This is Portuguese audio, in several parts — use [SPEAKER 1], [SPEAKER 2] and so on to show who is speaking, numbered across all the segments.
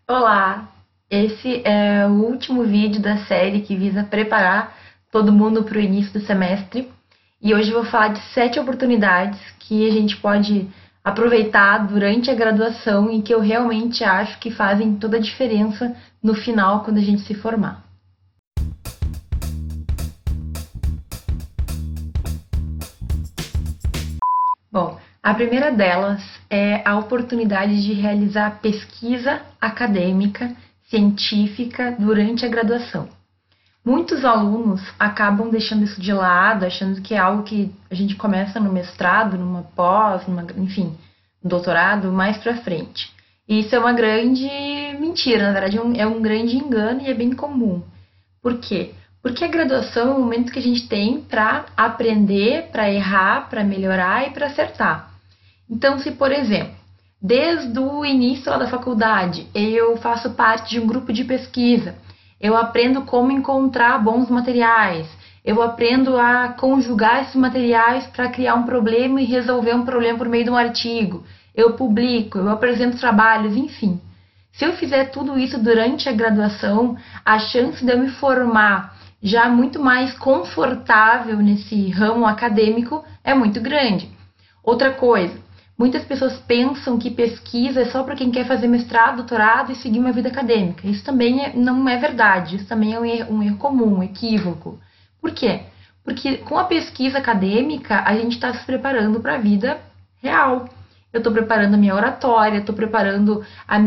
[SPEAKER 1] Olá! Esse é o último vídeo da série que visa preparar todo mundo para o início do semestre. E hoje eu vou falar de 7 oportunidades que a gente pode aproveitar durante a graduação e que eu realmente acho que fazem toda a diferença no final, quando a gente se formar. Bom, a primeira delas é a oportunidade de realizar pesquisa acadêmica, científica durante a graduação. Muitos alunos acabam deixando isso de lado, achando que é algo que a gente começa no mestrado, numa pós, enfim, no doutorado, mais pra frente. E isso é uma grande mentira, na verdade é um grande engano e é bem comum. Por quê? Porque a graduação é o momento que a gente tem para aprender, para errar, para melhorar e para acertar. Então, se por exemplo, desde o início lá da faculdade, eu faço parte de um grupo de pesquisa, eu aprendo como encontrar bons materiais, eu aprendo a conjugar esses materiais para criar um problema e resolver um problema por meio de um artigo, eu publico, eu apresento trabalhos, enfim. Se eu fizer tudo isso durante a graduação, a chance de eu me formar já muito mais confortável nesse ramo acadêmico é muito grande. Outra coisa, muitas pessoas pensam que pesquisa é só para quem quer fazer mestrado, doutorado e seguir uma vida acadêmica. Isso também não é verdade, isso também é um erro comum, um equívoco. Por quê? Porque com a pesquisa acadêmica a gente está se preparando para a vida real. Eu estou preparando a minha oratória, estou preparando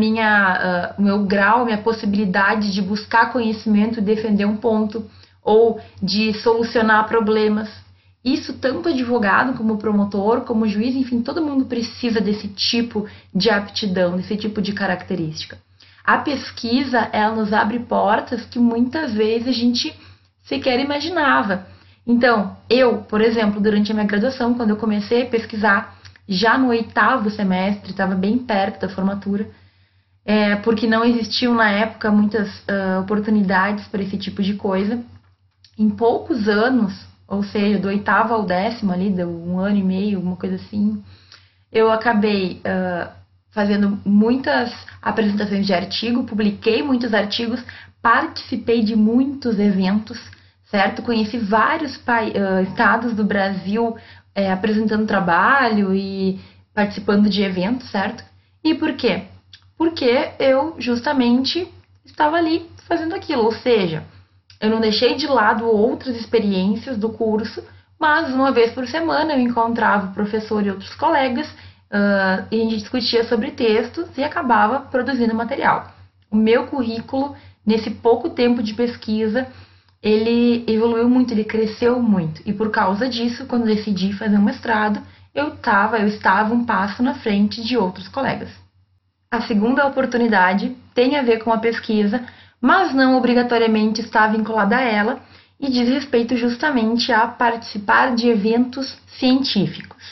[SPEAKER 1] o meu grau, minha possibilidade de buscar conhecimento e defender um ponto, ou de solucionar problemas. Isso tanto advogado como promotor, como juiz, enfim, todo mundo precisa desse tipo de aptidão, desse tipo de característica. A pesquisa, ela nos abre portas que muitas vezes a gente sequer imaginava. Então, eu, por exemplo, durante a minha graduação, quando eu comecei a pesquisar, já no 8º semestre, estava bem perto da formatura, porque não existiam na época muitas oportunidades para esse tipo de coisa. Em poucos anos, ou seja, do 8º ao 10º ali, deu 1 ano e meio, alguma coisa assim, eu acabei fazendo muitas apresentações de artigo, publiquei muitos artigos, participei de muitos eventos, certo? Conheci vários estados do Brasil apresentando trabalho e participando de eventos, certo? E por quê? Porque eu justamente estava ali fazendo aquilo, ou seja, eu não deixei de lado outras experiências do curso, mas uma vez por semana eu encontrava o professor e outros colegas e a gente discutia sobre textos e acabava produzindo material. O meu currículo, nesse pouco tempo de pesquisa, ele evoluiu muito, ele cresceu muito. E por causa disso, quando decidi fazer um mestrado, eu estava um passo na frente de outros colegas. A segunda oportunidade tem a ver com a pesquisa, mas não obrigatoriamente está vinculada a ela, e diz respeito justamente a participar de eventos científicos.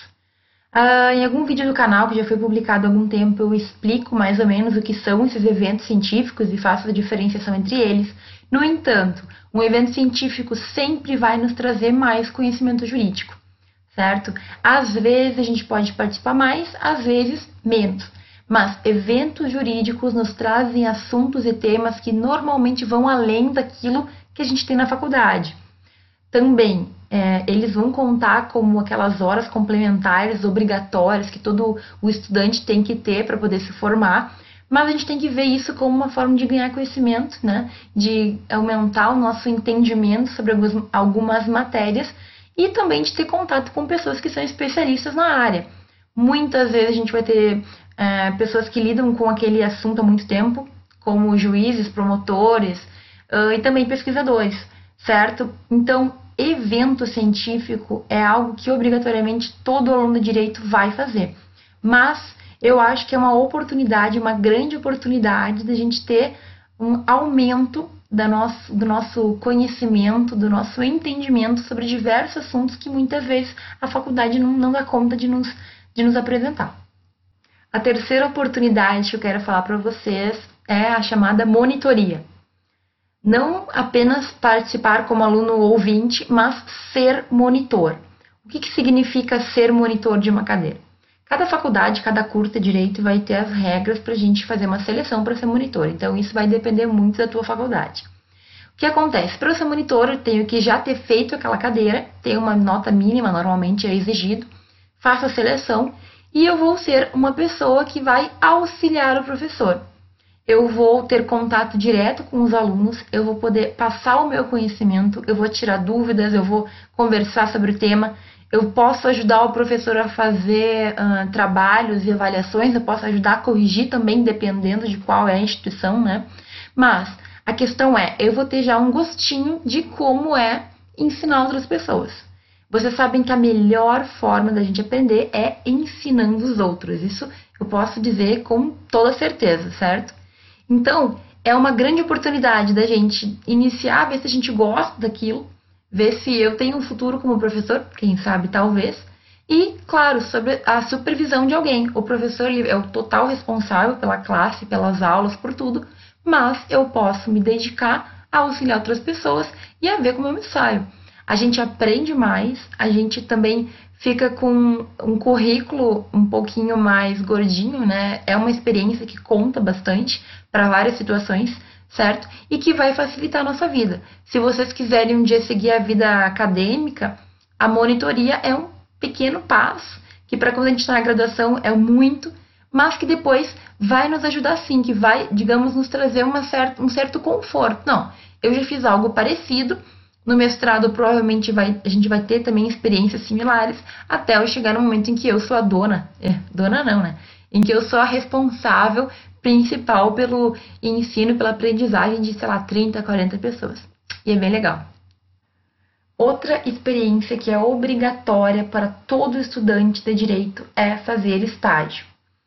[SPEAKER 1] Em algum vídeo do canal que já foi publicado há algum tempo, eu explico mais ou menos o que são esses eventos científicos e faço a diferenciação entre eles. No entanto, um evento científico sempre vai nos trazer mais conhecimento jurídico, certo? Às vezes a gente pode participar mais, às vezes menos. Mas eventos jurídicos nos trazem assuntos e temas que normalmente vão além daquilo que a gente tem na faculdade. Também, eles vão contar como aquelas horas complementares obrigatórias que todo o estudante tem que ter para poder se formar, mas a gente tem que ver isso como uma forma de ganhar conhecimento, né? De aumentar o nosso entendimento sobre algumas matérias e também de ter contato com pessoas que são especialistas na área. Muitas vezes a gente vai ter pessoas que lidam com aquele assunto há muito tempo, como juízes, promotores e também pesquisadores, certo? Então, evento científico é algo que obrigatoriamente todo aluno de direito vai fazer. Mas eu acho que é uma oportunidade, uma grande oportunidade da gente ter um aumento do nosso conhecimento, do nosso entendimento sobre diversos assuntos que muitas vezes a faculdade não dá conta de nos apresentar. A terceira oportunidade que eu quero falar para vocês é a chamada monitoria. Não apenas participar como aluno ouvinte, mas ser monitor. O que significa ser monitor de uma cadeira? Cada faculdade, cada curso de direito vai ter as regras para a gente fazer uma seleção para ser monitor. Então, isso vai depender muito da tua faculdade. O que acontece? Para eu ser monitor, eu tenho que já ter feito aquela cadeira, ter uma nota mínima, normalmente é exigido, faço a seleção e eu vou ser uma pessoa que vai auxiliar o professor. Eu vou ter contato direto com os alunos, eu vou poder passar o meu conhecimento, eu vou tirar dúvidas, eu vou conversar sobre o tema, eu posso ajudar o professor a fazer trabalhos e avaliações, eu posso ajudar a corrigir também, dependendo de qual é a instituição, né? Mas a questão é, eu vou ter já um gostinho de como é ensinar outras pessoas. Vocês sabem que a melhor forma da gente aprender é ensinando os outros. Isso eu posso dizer com toda certeza, certo? Então, é uma grande oportunidade da gente iniciar, ver se a gente gosta daquilo, ver se eu tenho um futuro como professor, quem sabe, talvez. E, claro, sobre a supervisão de alguém. O professor é o total responsável pela classe, pelas aulas, por tudo. Mas eu posso me dedicar a auxiliar outras pessoas e a ver como eu me saio. A gente aprende mais, a gente também fica com um currículo um pouquinho mais gordinho, né? É uma experiência que conta bastante para várias situações, certo? E que vai facilitar a nossa vida. Se vocês quiserem um dia seguir a vida acadêmica, a monitoria é um pequeno passo, que para quando a gente está na graduação é muito, mas que depois vai nos ajudar sim, que vai, digamos, nos trazer um certo conforto. Não, eu já fiz algo parecido, no mestrado provavelmente a gente vai ter também experiências similares, até eu chegar no momento em que eu sou a dona não, né? Em que eu sou a responsável principal pelo ensino, pela aprendizagem de, sei lá, 30, 40 pessoas. E é bem legal. Outra experiência que é obrigatória para todo estudante de direito é fazer estágio.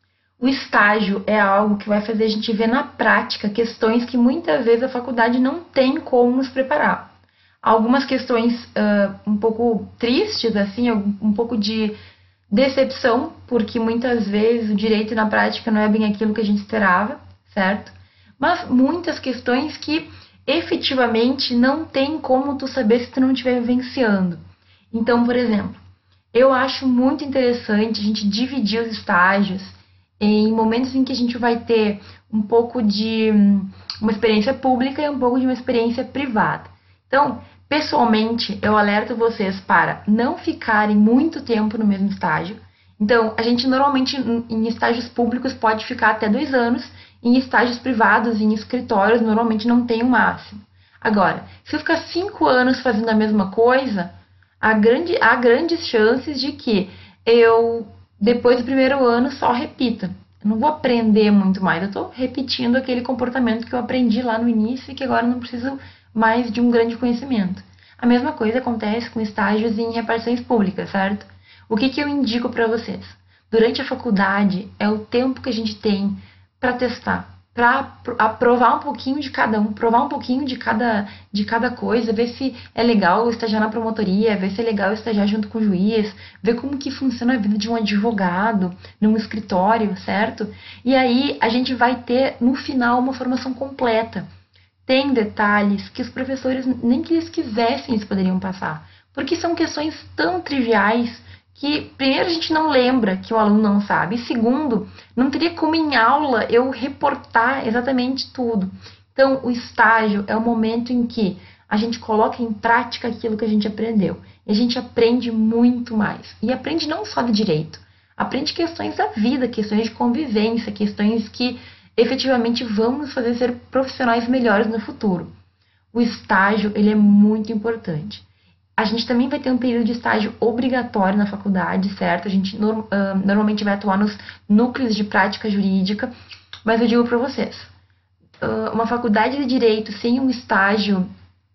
[SPEAKER 1] O estágio é algo que vai fazer a gente ver na prática questões que muitas vezes a faculdade não tem como nos preparar. Algumas questões um pouco tristes, assim, um pouco de decepção, porque muitas vezes o direito na prática não é bem aquilo que a gente esperava, certo? Mas muitas questões que efetivamente não tem como tu saber se tu não estiver vivenciando. Então, por exemplo, eu acho muito interessante a gente dividir os estágios em momentos em que a gente vai ter um pouco de uma experiência pública e um pouco de uma experiência privada. Então, pessoalmente, eu alerto vocês para não ficarem muito tempo no mesmo estágio. Então, a gente normalmente em estágios públicos pode ficar até 2 anos, em estágios privados, em escritórios, normalmente não tem o máximo. Agora, se eu ficar 5 anos fazendo a mesma coisa, há grandes chances de que eu, depois do primeiro ano, só repita. Eu não vou aprender muito mais, eu estou repetindo aquele comportamento que eu aprendi lá no início e que agora não preciso mais de um grande conhecimento. A mesma coisa acontece com estágios em repartições públicas, certo? O que eu indico para vocês? Durante a faculdade é o tempo que a gente tem para testar, para aprovar um pouquinho de cada um, provar um pouquinho de cada coisa, ver se é legal estagiar na promotoria, ver se é legal estagiar junto com o juiz, ver como que funciona a vida de um advogado num escritório, certo? E aí a gente vai ter, no final, uma formação completa. Tem detalhes que os professores, nem que eles quisessem, eles poderiam passar. Porque são questões tão triviais que, primeiro, a gente não lembra que o aluno não sabe. E, segundo, não teria como em aula eu reportar exatamente tudo. Então, o estágio é o momento em que a gente coloca em prática aquilo que a gente aprendeu. E a gente aprende muito mais. E aprende não só do direito. Aprende questões da vida, questões de convivência, questões que efetivamente vão nos fazer ser profissionais melhores no futuro. O estágio, ele é muito importante. A gente também vai ter um período de estágio obrigatório na faculdade, certo? A gente normalmente vai atuar nos núcleos de prática jurídica, mas eu digo para vocês, uma faculdade de direito sem um estágio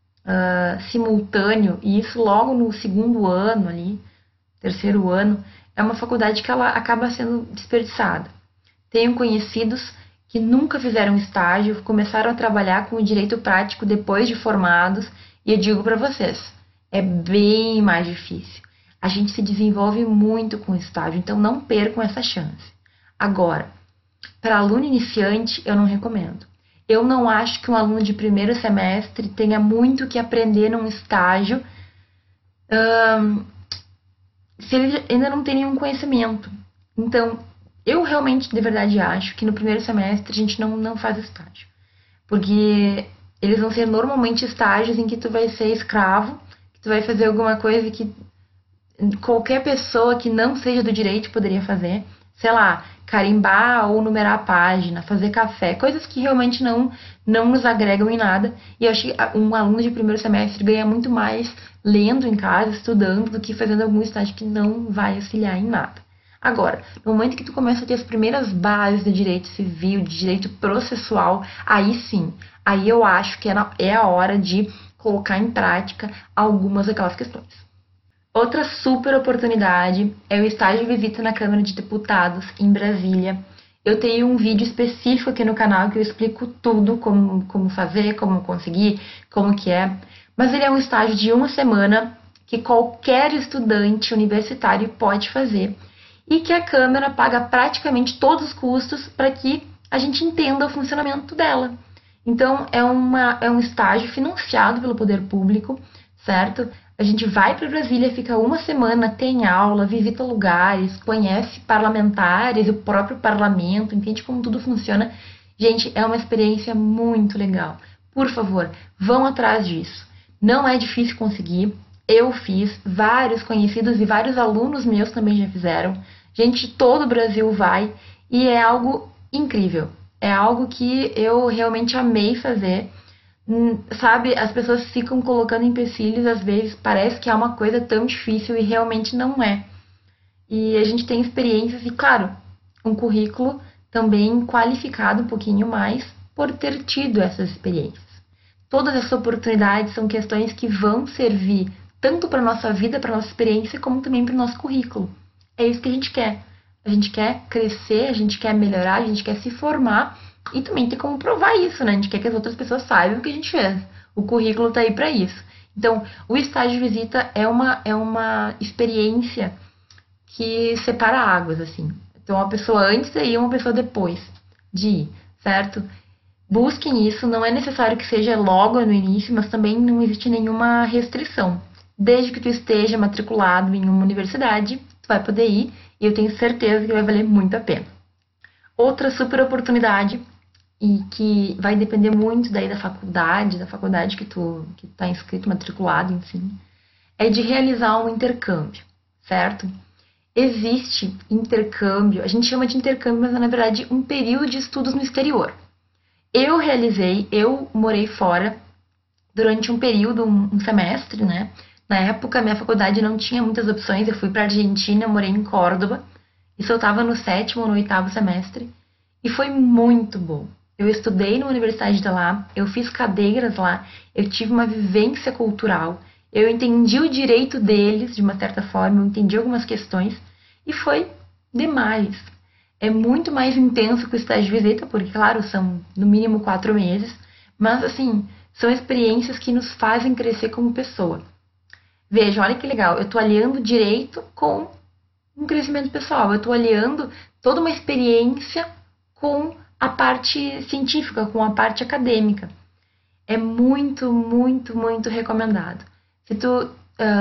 [SPEAKER 1] simultâneo, e isso logo no 2º ano ali, 3º ano, é uma faculdade que ela acaba sendo desperdiçada. Tenho conhecidos que nunca fizeram estágio, começaram a trabalhar com o direito prático depois de formados, e eu digo para vocês, é bem mais difícil. A gente se desenvolve muito com o estágio, então não percam essa chance. Agora, para aluno iniciante, eu não recomendo. Eu não acho que um aluno de primeiro semestre tenha muito que aprender num estágio se ele ainda não tem nenhum conhecimento. Então, eu realmente, de verdade, acho que no primeiro semestre a gente não faz estágio. Porque eles vão ser normalmente estágios em que tu vai ser escravo, que tu vai fazer alguma coisa que qualquer pessoa que não seja do direito poderia fazer. Sei lá, carimbar ou numerar a página, fazer café, coisas que realmente não nos agregam em nada. E eu acho que um aluno de primeiro semestre ganha muito mais lendo em casa, estudando, do que fazendo algum estágio que não vai auxiliar em nada. Agora, no momento que tu começa a ter as primeiras bases de direito civil, de direito processual, aí sim, aí eu acho que é a hora de colocar em prática algumas daquelas questões. Outra super oportunidade é o estágio de visita na Câmara de Deputados, em Brasília. Eu tenho um vídeo específico aqui no canal que eu explico tudo, como fazer, como conseguir, como que é. Mas ele é um estágio de uma semana que qualquer estudante universitário pode fazer e que a Câmara paga praticamente todos os custos para que a gente entenda o funcionamento dela. Então, é um estágio financiado pelo poder público, certo? A gente vai para Brasília, fica uma semana, tem aula, visita lugares, conhece parlamentares, o próprio parlamento, entende como tudo funciona. Gente, é uma experiência muito legal. Por favor, vão atrás disso. Não é difícil conseguir. Eu fiz, vários conhecidos e vários alunos meus também já fizeram. Gente de todo o Brasil vai e é algo incrível. É algo que eu realmente amei fazer. Sabe, as pessoas ficam colocando empecilhos, às vezes parece que é uma coisa tão difícil e realmente não é. E a gente tem experiências e, claro, um currículo também qualificado um pouquinho mais por ter tido essas experiências. Todas essas oportunidades são questões que vão servir tanto para a nossa vida, para a nossa experiência, como também para o nosso currículo. É isso que a gente quer. A gente quer crescer, a gente quer melhorar, a gente quer se formar. E também tem como provar isso, né? A gente quer que as outras pessoas saibam o que a gente fez. O currículo tá aí para isso. Então, o estágio de visita é uma experiência que separa águas, assim. Então, uma pessoa antes e uma pessoa depois de ir, certo? Busquem isso, não é necessário que seja logo no início, mas também não existe nenhuma restrição. Desde que tu esteja matriculado em uma universidade, tu vai poder ir e eu tenho certeza que vai valer muito a pena. Outra super oportunidade, e que vai depender muito daí da faculdade que tu tá inscrito, matriculado, enfim, é de realizar um intercâmbio, certo? Existe intercâmbio, a gente chama de intercâmbio, mas é, na verdade, um período de estudos no exterior. Eu morei fora durante um período, um semestre, né? Na época, minha faculdade não tinha muitas opções, eu fui para Argentina, eu morei em Córdoba, isso eu estava no 7º ou no 8º semestre, e foi muito bom. Eu estudei na universidade de lá, eu fiz cadeiras lá, eu tive uma vivência cultural, eu entendi o direito deles, de uma certa forma, eu entendi algumas questões, e foi demais. É muito mais intenso que o estágio de visita, porque, claro, são no mínimo 4 meses, mas, assim, são experiências que nos fazem crescer como pessoa. Veja, olha que legal, eu estou aliando direito com um crescimento pessoal, eu estou aliando toda uma experiência com a parte científica, com a parte acadêmica. É muito, muito, muito recomendado. Se tu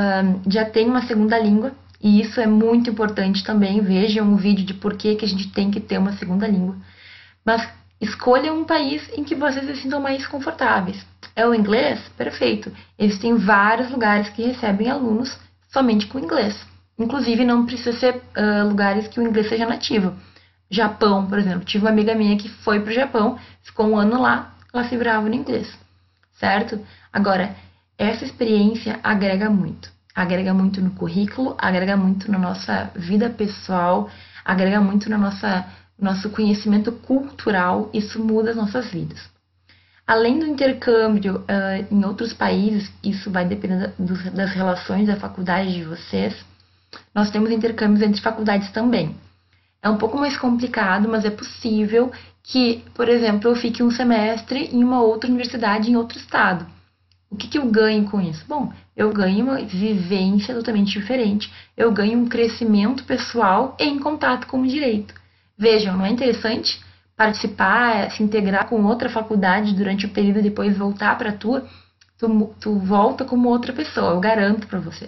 [SPEAKER 1] já tem uma segunda língua, e isso é muito importante também, vejam um vídeo de por que a gente tem que ter uma segunda língua. Mas escolha um país em que vocês se sintam mais confortáveis. É o inglês? Perfeito. Existem vários lugares que recebem alunos somente com inglês. Inclusive, não precisa ser lugares que o inglês seja nativo. Japão, por exemplo. Tive uma amiga minha que foi para o Japão, ficou um ano lá, ela se virava no inglês, certo? Agora, essa experiência agrega muito. Agrega muito no currículo, agrega muito na nossa vida pessoal, agrega muito no nosso conhecimento cultural, isso muda as nossas vidas. Além do intercâmbio em outros países, isso vai depender das relações da faculdade de vocês, nós temos intercâmbios entre faculdades também. É um pouco mais complicado, mas é possível que, por exemplo, eu fique um semestre em uma outra universidade em outro estado. O que eu ganho com isso? Bom, eu ganho uma vivência totalmente diferente, eu ganho um crescimento pessoal em contato com o direito. Vejam, não é interessante participar, se integrar com outra faculdade durante o período e depois voltar para a tua? Tu volta como outra pessoa, eu garanto para vocês.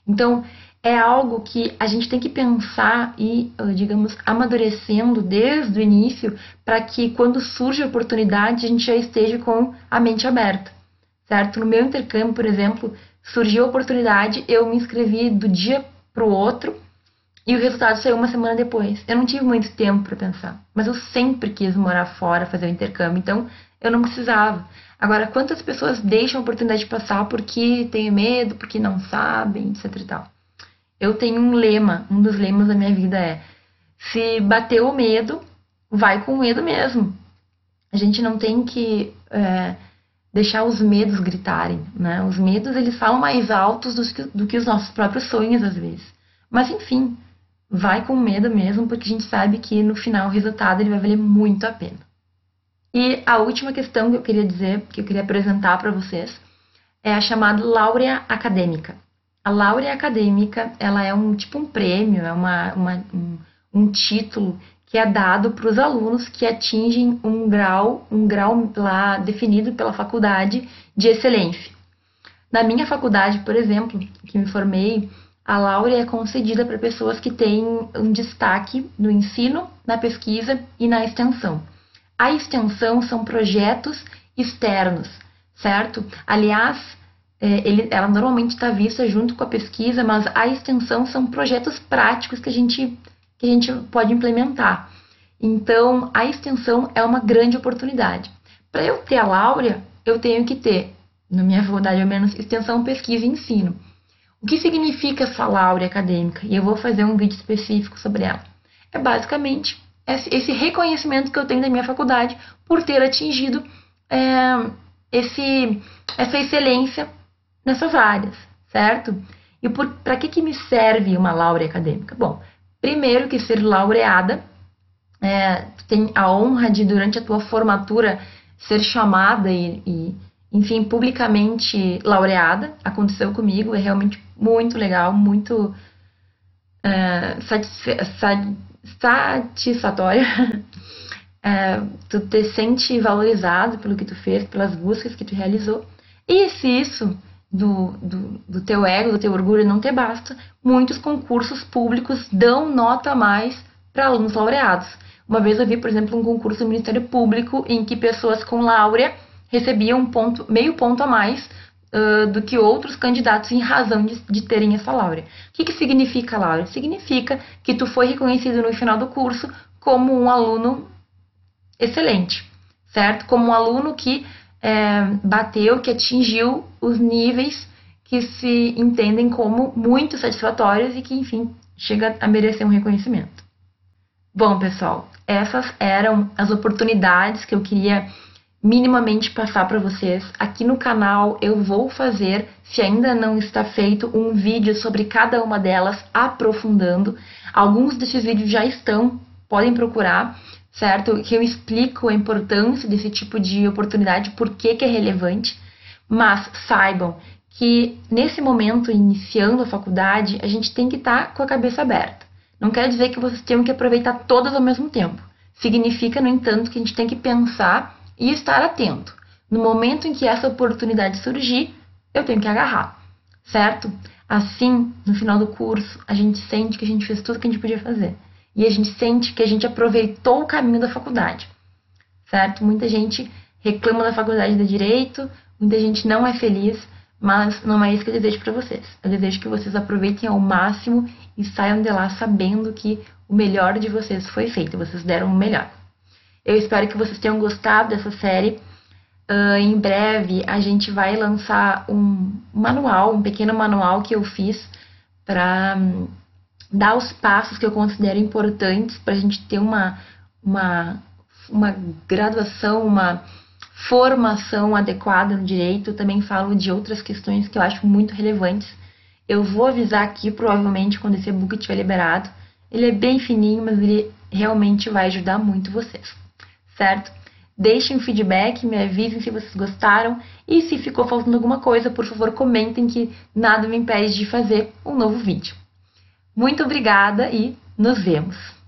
[SPEAKER 1] Então, é algo que a gente tem que pensar e, digamos, amadurecendo desde o início para que quando surge a oportunidade a gente já esteja com a mente aberta, certo? No meu intercâmbio, por exemplo, surgiu a oportunidade, eu me inscrevi do dia para o outro e o resultado saiu uma semana depois. Eu não tive muito tempo para pensar, mas eu sempre quis morar fora, fazer o intercâmbio, então eu não precisava. Agora, quantas pessoas deixam a oportunidade de passar porque têm medo, porque não sabem, etc e tal? Eu tenho um lema, um dos lemas da minha vida é: se bateu o medo, vai com medo mesmo. A gente não tem que deixar os medos gritarem, né? Os medos, eles falam mais altos do que os nossos próprios sonhos, às vezes. Mas, enfim, vai com medo mesmo, porque a gente sabe que no final o resultado ele vai valer muito a pena. E a última questão que eu queria dizer, que eu queria apresentar para vocês, é a chamada Laurea Acadêmica. A Laurea Acadêmica, ela é um prêmio, é um título que é dado para os alunos que atingem um grau lá definido pela faculdade de excelência. Na minha faculdade, por exemplo, que me formei, a Laurea é concedida para pessoas que têm um destaque no ensino, na pesquisa e na extensão. A extensão são projetos externos, certo? Aliás, ela normalmente está vista junto com a pesquisa, mas a extensão são projetos práticos que a gente pode implementar. Então, a extensão é uma grande oportunidade. Para eu ter a Laurea, eu tenho que ter, na minha faculdade ao menos, extensão, pesquisa e ensino. O que significa essa Laurea acadêmica? E eu vou fazer um vídeo específico sobre ela. É basicamente esse reconhecimento que eu tenho da minha faculdade por ter atingido essa excelência nessas áreas, certo? E para que me serve uma Laurea acadêmica? Bom, primeiro que ser laureada, tu tem a honra de, durante a tua formatura, ser chamada e enfim, publicamente laureada. Aconteceu comigo, é realmente muito legal, muito satisfatório. Tu te sente valorizado pelo que tu fez, pelas buscas que tu realizou. E se isso do teu ego, do teu orgulho não te basta, muitos concursos públicos dão nota a mais para alunos laureados. Uma vez eu vi, por exemplo, um concurso do Ministério Público em que pessoas com Laurea recebiam meio ponto a mais do que outros candidatos em razão de terem essa Laurea. O que significa Laurea? Significa que tu foi reconhecido no final do curso como um aluno excelente, certo? Como um aluno que bateu, que atingiu os níveis que se entendem como muito satisfatórios e que, enfim, chega a merecer um reconhecimento. Bom, pessoal, essas eram as oportunidades que eu queria minimamente passar para vocês. Aqui no canal eu vou fazer, se ainda não está feito, um vídeo sobre cada uma delas, aprofundando. Alguns desses vídeos já estão, podem procurar, certo? Que eu explico a importância desse tipo de oportunidade, por que é relevante. Mas saibam que nesse momento, iniciando a faculdade, a gente tem que estar com a cabeça aberta. Não quer dizer que vocês tenham que aproveitar todas ao mesmo tempo. Significa, no entanto, que a gente tem que pensar e estar atento. No momento em que essa oportunidade surgir, eu tenho que agarrar, certo? Assim, no final do curso, a gente sente que a gente fez tudo que a gente podia fazer. E a gente sente que a gente aproveitou o caminho da faculdade, certo? Muita gente reclama da faculdade de Direito, muita gente não é feliz, mas não é isso que eu desejo para vocês. Eu desejo que vocês aproveitem ao máximo e saiam de lá sabendo que o melhor de vocês foi feito, vocês deram o melhor. Eu espero que vocês tenham gostado dessa série. Em breve a gente vai lançar um manual, um pequeno manual que eu fiz para dar os passos que eu considero importantes para a gente ter uma graduação, uma formação adequada no direito. Eu também falo de outras questões que eu acho muito relevantes. Eu vou avisar aqui, provavelmente, quando esse e-book estiver liberado. Ele é bem fininho, mas ele realmente vai ajudar muito vocês, certo? Deixem um feedback, me avisem se vocês gostaram e se ficou faltando alguma coisa, por favor, comentem que nada me impede de fazer um novo vídeo. Muito obrigada e nos vemos!